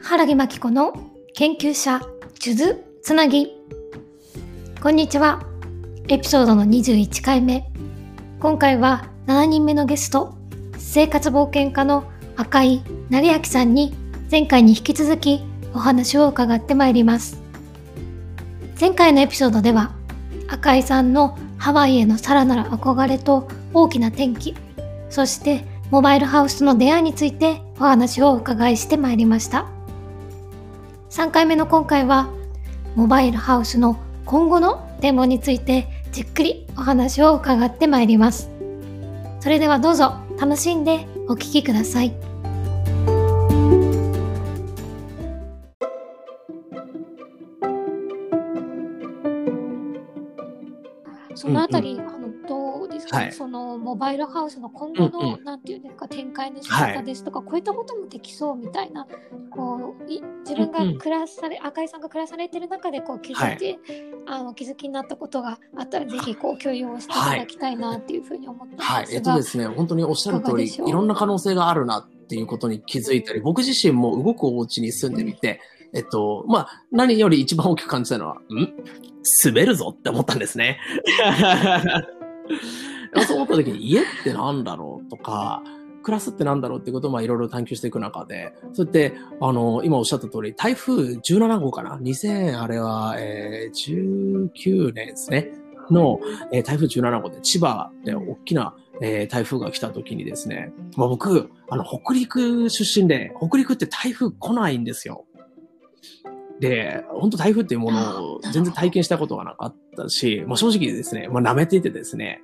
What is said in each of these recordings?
原木真紀子の研究者数珠つなぎ。こんにちは。エピソードの21回目。今回は7人目のゲスト、生活冒険家の赤井成明さんに前回に引き続きお話を伺ってまいります。前回のエピソードでは赤井さんのハワイへのさらなる憧れと大きな転機、そしてモバイルハウスの出会いについてお話をお伺いしてまいりました。3回目の今回はモバイルハウスの今後の展望についてじっくりお話を伺ってまいります。それではどうぞ楽しんでお聞きください。そのあたり、どうですかね、 はいそのモバイルハウスの今後の、なんていうんですか、展開の仕方ですとか、こういったこともできそうみたいな、自分が赤井さんが暮らされてる中で気づいて、気づきになったことがあったら、ぜひ共有をしていただきたいなっていうふうに思ったんですが、 ですね、本当におっしゃる通り、 いかがでしょう。 いろんな可能性があるなっていうことに気づいたり、僕自身も動くお家に住んでみて、何より一番大きく感じたのは、住めるぞって思ったんですね。そう思った時に、家ってなんだろうとか、暮らすってなんだろうってことをいろいろ探求していく中で、そうやって、今おっしゃった通り、台風17号かな ?2000、あれは、19年ですね。の、台風17号で千葉で大きな、台風が来た時にですね、僕、北陸出身で、北陸って台風来ないんですよ。で、本当台風っていうものを全然体験したことがなかったし、正直ですね、舐めていてですね、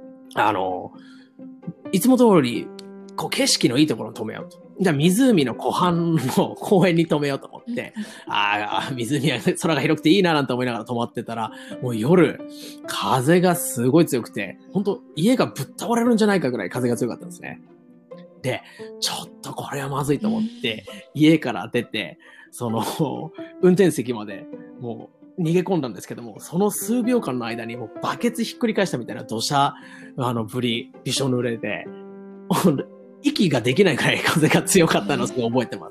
いつも通り、景色のいいところに止めようと。じゃあ湖の湖畔の公園に止めようと思って、湖は空が広くていいななんて思いながら止まってたら、もう夜、風がすごい強くて、本当家がぶっ倒れるんじゃないかぐらい風が強かったんですね。で、ちょっとこれはまずいと思って、家から出て、運転席まで、もう、逃げ込んだんですけども、その数秒間の間にもうバケツひっくり返したみたいな土砂、びしょ濡れで、息ができないくらい風が強かったのをすごい覚えてます。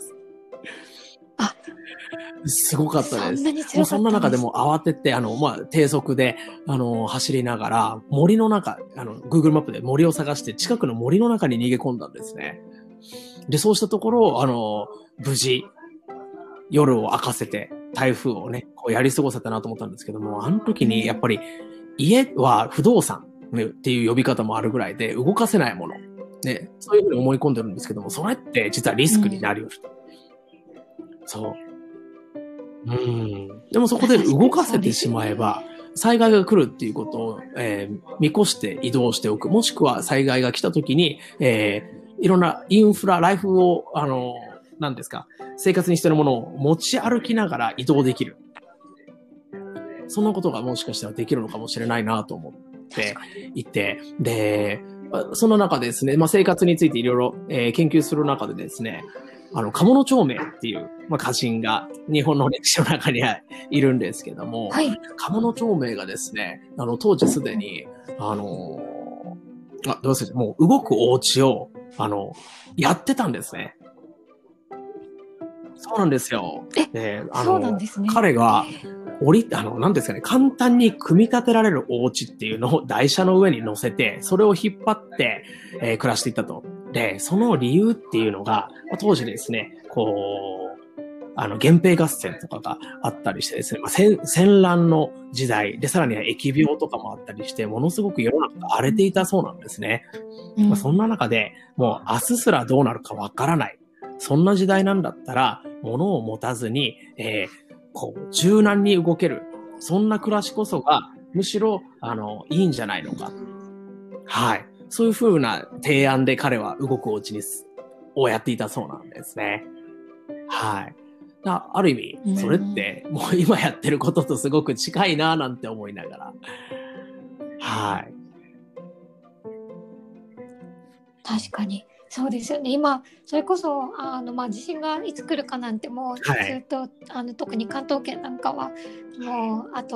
すごかったです。もうそんな中でも慌てて、低速で、走りながら、森の中、Google マップで森を探して、近くの森の中に逃げ込んだんですね。で、そうしたところ、無事、夜を明かせて、台風をね、やり過ごせたなと思ったんですけども、あの時にやっぱり、家は不動産っていう呼び方もあるぐらいで、動かせないもの。ね、そういうふうに思い込んでるんですけども、それって実はリスクになり得る。そう。でもそこで動かせてしまえば、災害が来るっていうことを、見越して移動しておく。もしくは災害が来た時に、いろんなインフラ、ライフを、何ですか、生活に必要なものを持ち歩きながら移動できる。そんなことがもしかしたらできるのかもしれないなと思っていて、で、その中でですね、生活についていろいろ研究する中でですね、鴨の長明っていう、歌人が日本の歴史の中にはいるんですけども、鴨の長明がですね、当時すでに、もう動くお家を、やってたんですね。そうなんですよ。 そうなんですね。 彼が、なんですかね、簡単に組み立てられるお家っていうのを台車の上に乗せて、それを引っ張って、暮らしていったと。で、その理由っていうのが、当時ですね、源平合戦とかがあったりしてですね、戦乱の時代で、さらには疫病とかもあったりして、ものすごく世の中が荒れていたそうなんですね。そんな中で、もう明日すらどうなるかわからない。そんな時代なんだったら、物を持たずに、柔軟に動ける。そんな暮らしこそが、むしろ、いいんじゃないのか。はい。そういう風な提案で彼は動くお家をやっていたそうなんですね。はい。ある意味、それって、もう今やってることとすごく近いななんて思いながら。はい。 確かに。そうですよね。今、それこそ、地震がいつ来るかなんてもうずっと、特に関東圏なんかは、もう、あと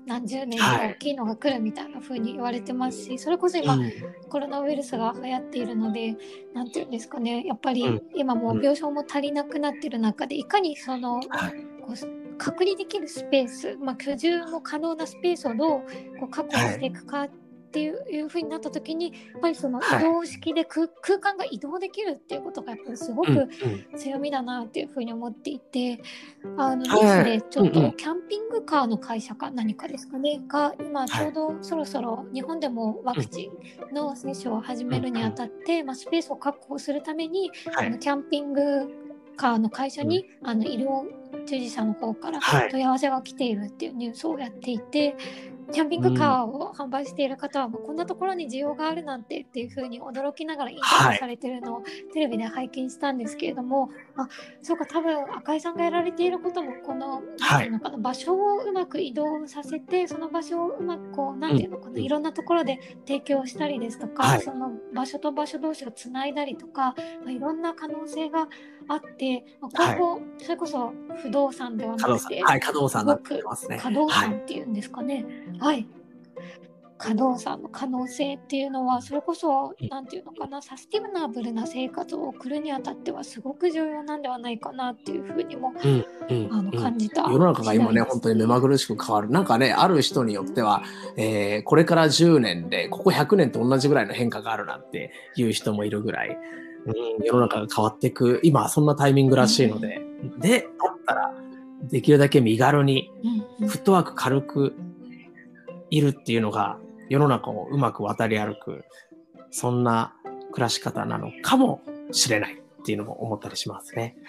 何十年か大きいのが来るみたいな風に言われてますし、それこそ今、コロナウイルスが流行っているので、なんていうんですかね、やっぱり今もう病床も足りなくなっている中で、いかにその、こう隔離できるスペース、居住も可能なスペースをどうこう確保していくかっていう風になった時に、やっぱりその移動式で空間が移動できるっていうことがやっぱりすごく強みだなっていう風に思っていて、ニュースでちょっとキャンピングカーの会社か何かですかねが今ちょうどそろそろ日本でもワクチンの接種を始めるにあたって、スペースを確保するためにキャンピングカーの会社に医療従事者の方から問い合わせが来ているっていうニュースをやっていて、キャンピングカーを販売している方は、こんなところに需要があるなんてっていう風に驚きながらインタビューされているのをテレビで拝見したんですけれども、そうか、多分赤井さんがやられていることもこの、なんていうのかな、場所をうまく移動させて、その場所をうまくこう、なんていうのかな、いろんなところで提供したりですとか、その場所と場所同士をつないだりとか、いろんな可能性があって、今後、それこそ不動産ではなくて、 可動産になってますね。 可動産っていうんですかね。可動産の可能性っていうのは、それこそなんていうのかな、サスティナブルな生活を送るにあたってはすごく重要なんではないかなっていうふうにも、感じた。 世の中が今ね、本当に目まぐるしく変わる。なんかね、ある人によっては、これから10年でここ100年と同じぐらいの変化があるなんていう人もいるぐらい、世の中が変わっていく今はそんなタイミングらしいので、だったらできるだけ身軽に、フットワーク軽くいるっていうのが世の中をうまく渡り歩く、そんな暮らし方なのかもしれないっていうのも思ったりしますね。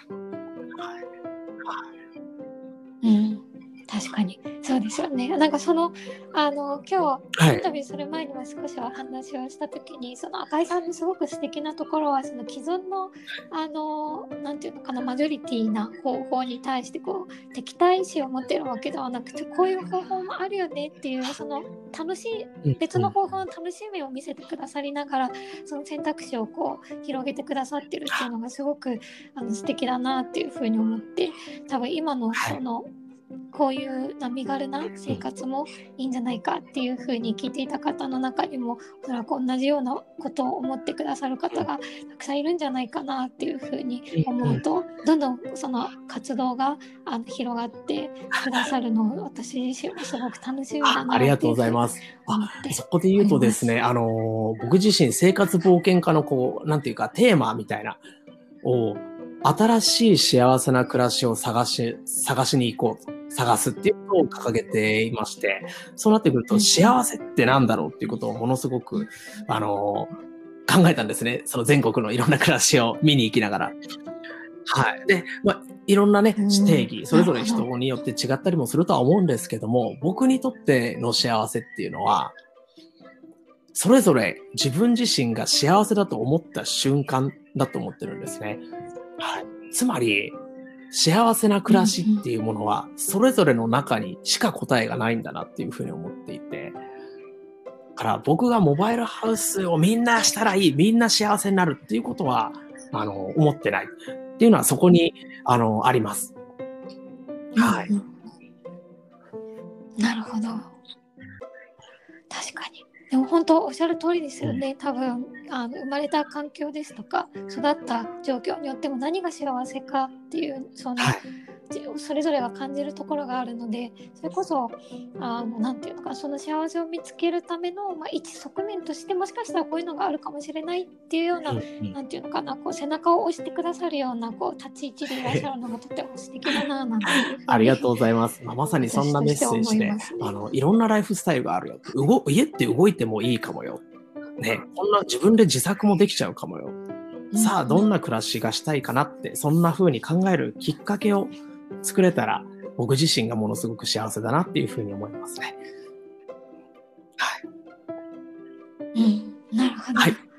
確かにそうですよね。なんかその今日インタビューする前にも少しは話をした時に、その赤井さんのすごく素敵なところは、その既存のなんていうのかな、マジョリティな方法に対してこう敵対意志を持っているわけではなくて、こういう方法もあるよねっていう、その楽しい別の方法の楽しみを見せてくださりながら、その選択肢をこう広げてくださってるっていうのがすごく素敵だなっていうふうに思って、多分今のそのこういう身軽な生活もいいんじゃないかっていうふうに聞いていた方の中にも、おそらく同じようなことを思ってくださる方がたくさんいるんじゃないかなっていうふうに思うと、どんどんその活動が広がってくださるのを私自身もすごく楽しみだなありがとうございます。そこで言うとですね、僕自身生活冒険家のこう、なんていうかテーマみたいなを、新しい幸せな暮らしを探しに行こう、探すっていうことを掲げていまして、そうなってくると幸せってなんだろうっていうことをものすごく、考えたんですね。その全国のいろんな暮らしを見に行きながら。で、いろんなね、定義、それぞれ人によって違ったりもするとは思うんですけども、僕にとっての幸せっていうのは、それぞれ自分自身が幸せだと思った瞬間だと思ってるんですね。つまり、幸せな暮らしっていうものは、それぞれの中にしか答えがないんだなっていうふうに思っていて、だから僕がモバイルハウスをみんなしたらいい、みんな幸せになるっていうことは、思ってないっていうのはそこに、あります。 なるほど。確かに。でも本当おっしゃる通りですよね。多分生まれた環境ですとか育った状況によっても何が幸せかっていうそれぞれが感じるところがあるので、それこそなんていうのか、その幸せを見つけるための、一側面としてもしかしたらこういうのがあるかもしれないっていうような、なんていうのかな、こう背中を押してくださるようなこう立ち位置でいらっしゃるのがとても素敵だななんていうふうにありがとうございます。まさにそんなメッセージで、いろんなライフスタイルがあるよ。家って動いてもいいかもよ。ね、こんな自分で自作もできちゃうかもよ。さあ、どんな暮らしがしたいかなって、そんな風に考えるきっかけを作れたら、僕自身がものすごく幸せだなっていう風に思いますね。 なるほど。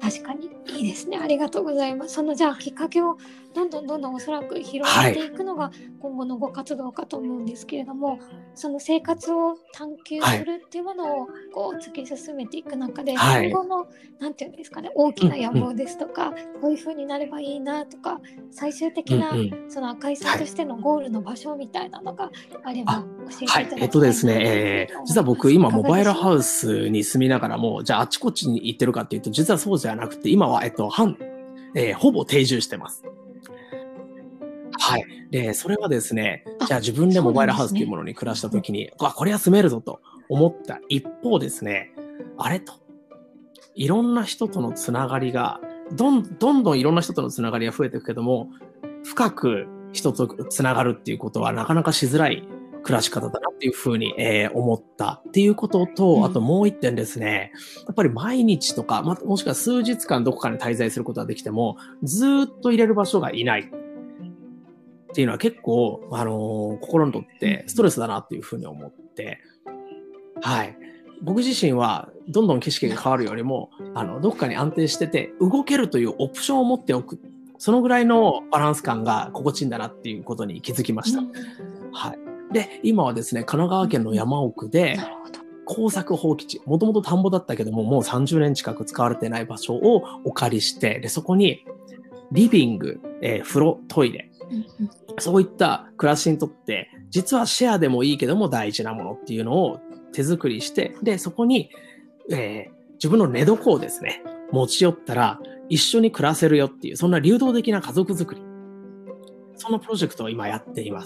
確かにいいですね。ありがとうございます。そのじゃあきっかけをどんどんおそらく広げていくのが今後のご活動かと思うんですけれども、その生活を探求するっていうものをこう突き進めていく中で、今後のなんていうんですかね、大きな野望ですとか、こういう風になればいいなとか、最終的なその赤井さんとしてのゴールの場所みたいなのがあれば教えていただきたいなとですね、実は僕今モバイルハウスに住みながらも、じゃああちこちに行ってるかっていうと、実はそうじゃなくて、今はほぼ定住してます。はい。で、それはですね、じゃあ自分でモバイルハウスというものに暮らしたときに、これは住めるぞと思った一方ですね、あれと、いろんな人とのつながりが、どんどんいろんな人とのつながりが増えていくけども、深く人とつながるっていうことはなかなかしづらい暮らし方だなっていうふうに、思ったっていうことと、あともう一点ですね、やっぱり毎日とか、もしくは数日間どこかに滞在することができても、ずーっと入れる場所がいないっていうのは結構、心にとってストレスだなっていうふうに思って、はい。僕自身はどんどん景色が変わるよりも、どこかに安定してて、動けるというオプションを持っておく。そのぐらいのバランス感が心地いいんだなっていうことに気づきました。はい。で、今はですね、神奈川県の山奥で、耕作放棄地、もともと田んぼだったけども、もう30年近く使われてない場所をお借りして、で、そこにリビング、風呂、トイレ、そういった暮らしにとって、実はシェアでもいいけども大事なものっていうのを手作りして、で、そこに、自分の寝床をですね、持ち寄ったら一緒に暮らせるよっていう、そんな流動的な家族作り。そんなプロジェクトを今やっています。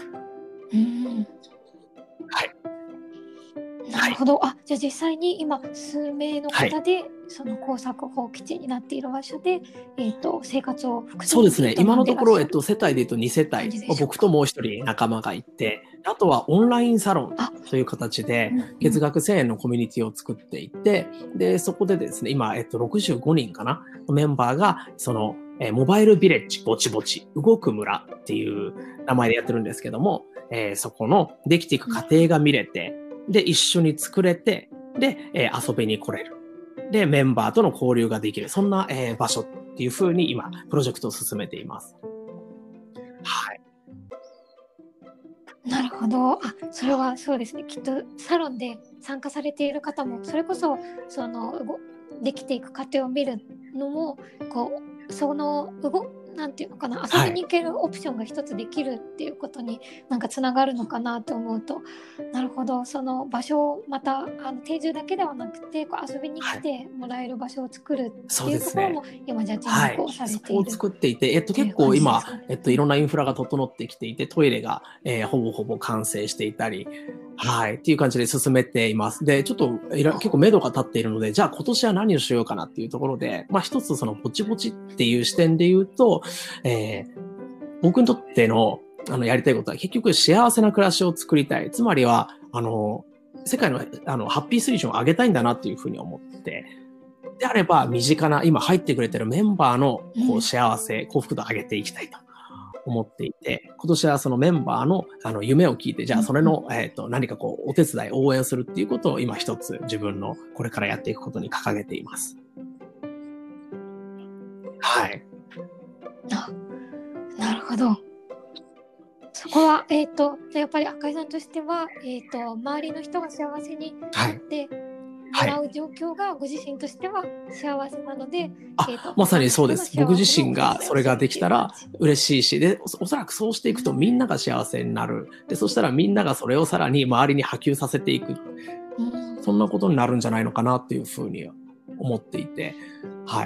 はい。 なるほど。じゃあ実際に今数名の方で、その耕作放棄地になっている場所で、生活を複数そうですね。今のところ、世帯で言うと2世帯、僕ともう一人仲間がいて、あとはオンラインサロンという形で、月額1000円のコミュニティを作っていて、で、そこでですね、今、65人かな、メンバーが、その、モバイルビレッジぼちぼち、動く村っていう名前でやってるんですけども、そこのできていく過程が見れて、で、一緒に作れて、で、遊びに来れる。で、メンバーとの交流ができる。そんな、場所っていう風に今、プロジェクトを進めています。はい。 なるほど。それはそうですね。きっとサロンで参加されている方も、それこそ、できていく過程を見るのも、なんていうのかな、遊びに行けるオプションが一つできるっていうことになんかつながるのかなと思うと、なるほど、その場所をまた定住だけではなくて遊びに来てもらえる場所を作るっていうところも今じゃあ尽力をされている、 そこを作っていて、結構今、いろんなインフラが整ってきていて、トイレが、ほぼ完成していたり、はい、っていう感じで進めています。で、ちょっと結構目処が立っているので、じゃあ今年は何をしようかなっていうところで、一つそのぼちぼちっていう視点で言うと、僕にとってのやりたいことは結局幸せな暮らしを作りたい。つまりは、世界のハッピー水準を上げたいんだなっていうふうに思って、であれば身近な今入ってくれてるメンバーの幸せ、幸福度を上げていきたいと思っていて、今年はそのメンバーの夢を聞いて、じゃあそれの何かお手伝い、応援をするっていうことを今一つ自分のこれからやっていくことに掲げています。はい。 なるほど。そこはやっぱり赤井さんとしては周りの人が幸せになってもらう状況がご自身としては幸せなので、 まさにそうです。僕自身がそれができたら嬉しいし、で、おそらくそうしていくとみんなが幸せになる。で、そしたらみんながそれをさらに周りに波及させていく。そんなことになるんじゃないのかなっていうふうに思っていて、はい。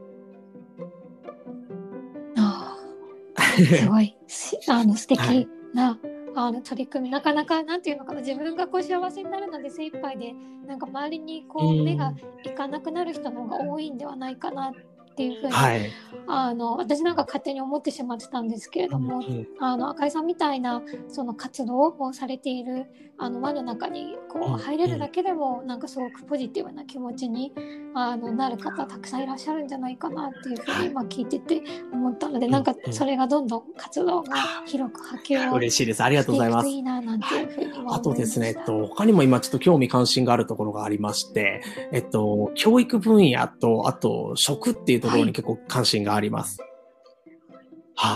すごい素敵な、取り組み、なかなかなんていうのかな、自分が幸せになるので精一杯でなんか周りに目がいかなくなる人の方が多いんではないかなってっていうふうに、 はい。 私なんか勝手に思ってしまってたんですけれども、赤井さんみたいなその活動をされている輪の中にこう入れるだけでもなんかすごくポジティブな気持ちになる方たくさんいらっしゃるんじゃないかなっていうふうに今聞いてて思ったので、なんかそれがどんどん活動が広く波及を嬉しいです。ありがとうございます。 していくといいななんていうふうにあとですね、 思いました。 他にも今ちょっと興味関心があるところがありまして、教育分野と、あと、食っていうところに結構関心があります。はい。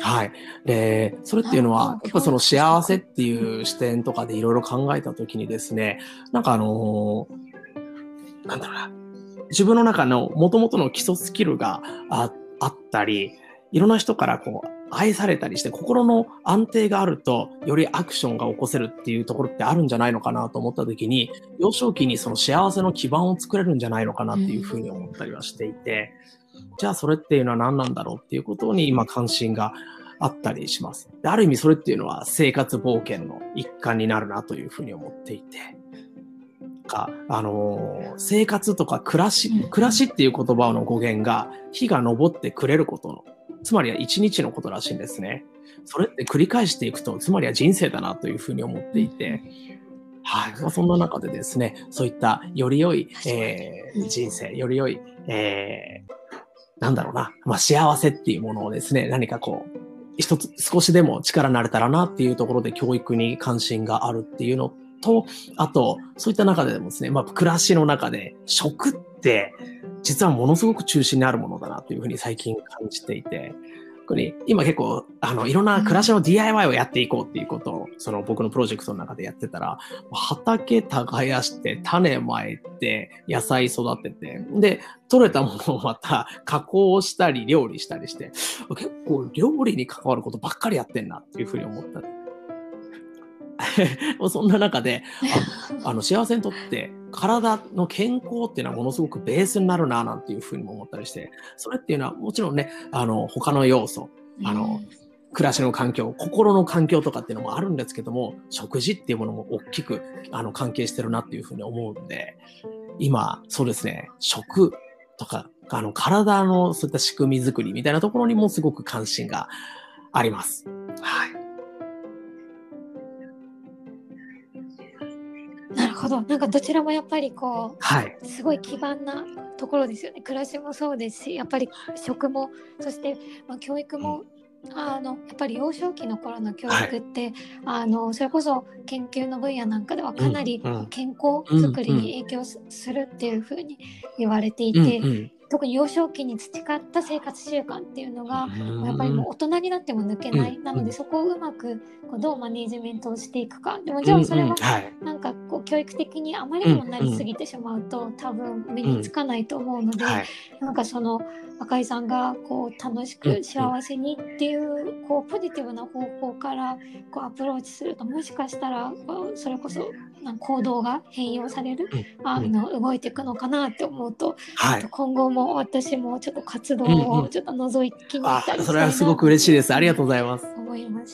はい。で、それっていうのは、やっぱその幸せっていう視点とかでいろいろ考えたときにですね、なんかなんだろうな、自分の中の元々の基礎スキルがあったり、いろんな人からこう、愛されたりして、心の安定があると、よりアクションが起こせるっていうところってあるんじゃないのかなと思ったときに、幼少期にその幸せの基盤を作れるんじゃないのかなっていうふうに思ったりはしていて、じゃあそれっていうのは何なんだろうっていうことに今関心があったりします。で、ある意味それっていうのは生活冒険の一環になるなというふうに思っていて、生活とか暮らしっていう言葉の語源が日が昇ってくれることの、つまりは一日のことらしいんですね。それって繰り返していくと、つまりは人生だなというふうに思っていて、はい。そんな中でですね、そういったより良い、人生、より良い、なんだろうな、幸せっていうものをですね、何かこう、一つ少しでも力になれたらなっていうところで教育に関心があるっていうのと、あと、そういった中でもですね、暮らしの中で食って実はものすごく中心にあるものだなというふうに最近感じていて、今結構、いろんな暮らしの DIY をやっていこうっていうことを、その僕のプロジェクトの中でやってたら、畑耕して、種まいて、野菜育てて、で、取れたものをまた加工したり、料理したりして、結構料理に関わることばっかりやってんなっていうふうに思った。そんな中で、幸せにとって体の健康っていうのはものすごくベースになるななんていうふうにも思ったりして、それっていうのはもちろんね、他の要素、暮らしの環境、心の環境とかっていうのもあるんですけども、食事っていうものも大きく関係してるなっていうふうに思うので、今、そうですね、食とか、体のそういった仕組み作りみたいなところにもすごく関心があります。はい。 なるほど。なんかどちらもやっぱりこう、 はい。 すごい基盤なところですよね。暮らしもそうですし、やっぱり食も、そして、教育も、やっぱり幼少期の頃の教育って、それこそ研究の分野なんかではかなり健康づくりに影響するっていうふうに言われていて、特に幼少期に培った生活習慣っていうのがやっぱりもう大人になっても抜けない、なのでそこをうまくこうどうマネージメントをしていくか。でもちろんそれはなんかこう教育的にあまりにもなりすぎてしまうと多分身につかないと思うので、なんかその赤井さんがこう楽しく幸せにっていうこうポジティブな方向からこうアプローチすると、もしかしたらそれこそ行動が変容される、動いていくのかなって思うと、今後も私もちょっと活動をちょっと覗きに行ったりしたいな、 それはすごく嬉しいです。ありがとうございます。 思いました。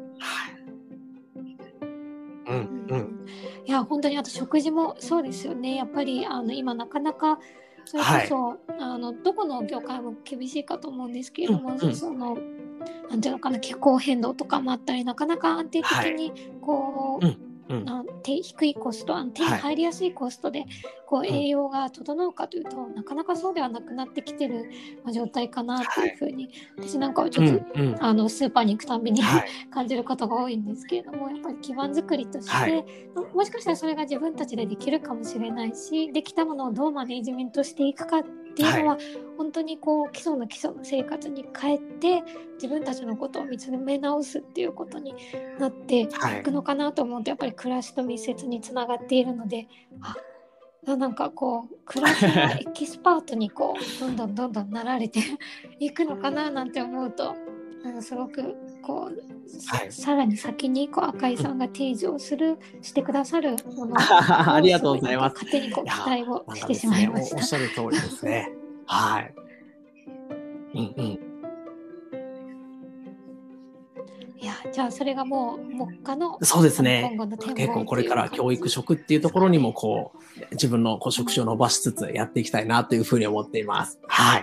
いや本当に、あと食事もそうですよね。やっぱり今なかなかそれこそ、どこの業界も厳しいかと思うんですけれども、そのなんていうのかな、気候変動とかもあったり、なかなか安定的にこう、低いコスト、手に入りやすいコストでこう栄養が整うかというと、なかなかそうではなくなってきてる状態かなというふうに、私なんかはちょっと、スーパーに行くたびに感じることが多いんですけれども、やっぱり基盤作りとして、もしかしたらそれが自分たちでできるかもしれないし、できたものをどうマネージメントしていくかっていうのは、本当にこう基礎の生活に帰って自分たちのことを見つめ直すっていうことになっていくのかなと思うと、やっぱり暮らしと密接につながっているので、なんかこう暮らしのエキスパートにこうどんどんなられていくのかななんて思うと、すごくこう、さらに先にこう赤井さんが提示をしてくださるものをありがとうございます。 勝手にこう期待をしてしまいました。 おっしゃる通りですね。はい。 いや、じゃあそれがもう目下のそうですね。 今後の展望結構これから教育職っていうところにもこう、自分のこう職種を伸ばしつつやっていきたいなというふうに思っています。はい。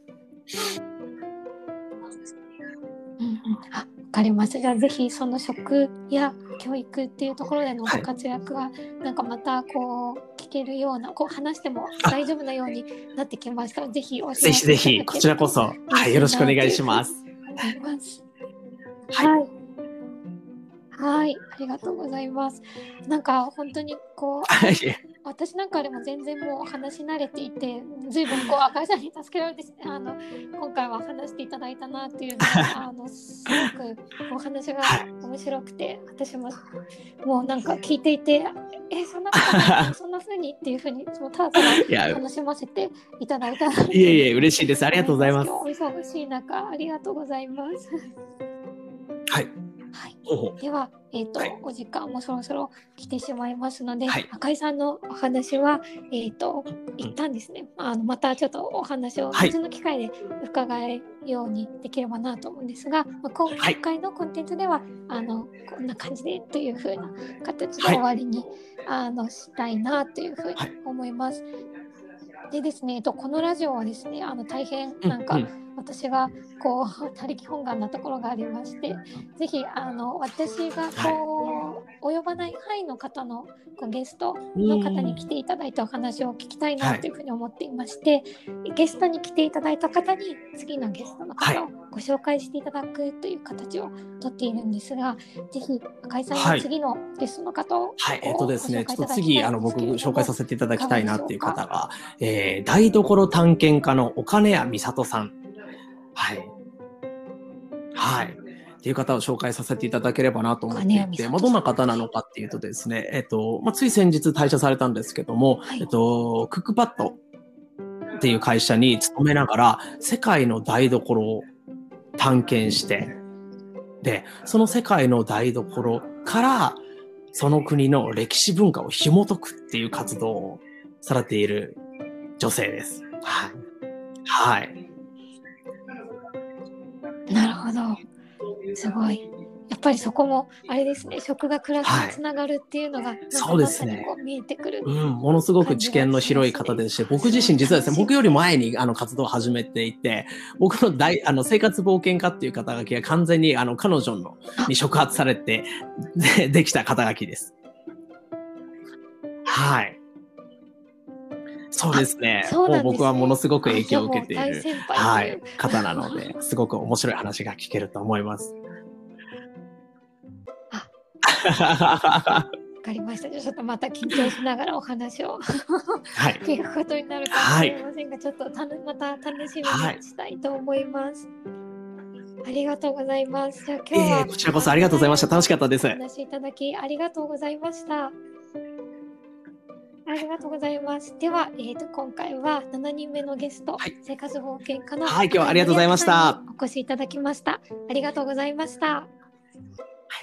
わかりました。じゃあぜひその職や教育っていうところでのごはい。 活躍がなんかまたこう聞けるような、こう話してもあ、 大丈夫なようになってきましたら、ぜひお知ぜらせいたひぜひ、こだけるとちらこそ、は嬉い、よろしくおしいなと願いしいうふうにます。 思います。 はい。 はい。はい、ありがとうございます。なんか本当にこうはい。 私なんかでも全然もう話し慣れていて、随分こう赤井さんに助けられて今回は話していただいたなっていうのはすごくお話がはい。 面白くて、私ももうなんか聞いていて、そんなことあったそんな風にっていう風にもうただただいや、 楽しませていただいたなっていういえいえ、嬉しいです。ありが思います。 とうございます。 今日お忙しい中ありがとうございます。 はい。 はい。 ほうほう。 では、 はい。 お時間もそろそろ来てしまいますので、 はい。 赤井さんのお話は、一うん。 旦ですね、またちょっとお話をはい。 別の機会で伺えるようにできればなと思うんですが、今はい。 回のコンテンツでは、こんな感じでという風な形ではい。 終わりに、したいなという風にはい。 思います。でですね、このラジオはですね、大変うん、 なんかうん。 私がこう他力本願なところがありまして、ぜひ私がはい。 こう及ばない範囲の方のゲストうの方にーん。 来ていただいてお話を聞きたいなはい。 というふうに思っていまして、ゲストに来ていただいた方に次のゲストのはい。 方をご紹介していただくという形をとっているんですが、ぜひ赤井さんにはい。 次のゲストの方をはい。 ごですね、ちょっ紹介いただきと次、 たいんです僕けれども、 紹介させていただきいかがでたいなっていうしょうか。 方が、台所探検家の岡根谷美里さん。はい。はい。っていう方を紹介させていただければなと思って金谷美いて、 里さん。 どんな方なはい。 のかっていうとですね、つい先日退社されたんですけども、 はい。 クックパッドっていう会社に勤めながら、世界の台所を探検して、で、その世界の台所から、その国の歴史文化を紐解くっていう活動をされている女性です。はい。はい。 なるほど。すごい。やっぱりそこもあれですね、食が暮らしにはい。 つながるっていうのがなんかそうでまさにこすね。 う見えてくるうん、ものすごく感じが知見の広いしますね。 方ですし、僕自すごい身実はですね、 楽しみ。 僕より前に活動を始めていて、僕の生活冒険家っていう肩書きが完全に彼女のあ、 に触発されて、できた肩書きです。はい。そうであ、 すね。 そうなんでもう僕はものすね。 すごく影響をじゃあもう受けている、 大先輩とはい、 いう。 方なので、すごく面白い話が聞けると思います。 あ、わかりました。じゃあちょっとまた緊張しながらお話をはい。 聞くことになるかもしはい。 れませんが、ちょっとまた楽しみにはい。 したいと思います。ありがとうございます。じゃあ今日はこちらこそありがとうございました。楽しかったです。 お話いただきありがとうございました。ありがとうございます。では、今回は7人目のゲスト、 はい。 生活冒険家のはい、今日は赤井紀ありがとうござい明さんにました。 お越しいただきました。ありがとうございました。 はい。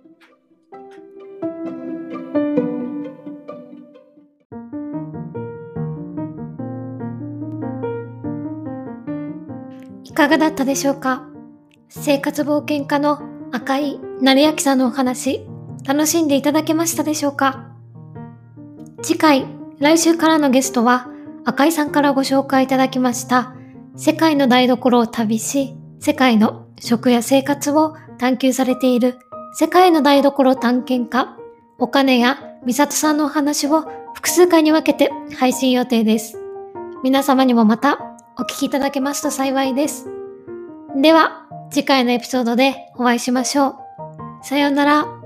いかがだったでしょうか。生活冒険家の赤井紀明さんのお話、楽しんでいただけましたでしょうか。次回、来週からのゲストは、赤井さんからご紹介いただきました、世界の台所を旅し、世界の食や生活を探求されている、世界の台所探検家、岡根谷美里さんのお話を複数回に分けて配信予定です。皆様にもまたお聞きいただけますと幸いです。では、次回のエピソードでお会いしましょう。さようなら。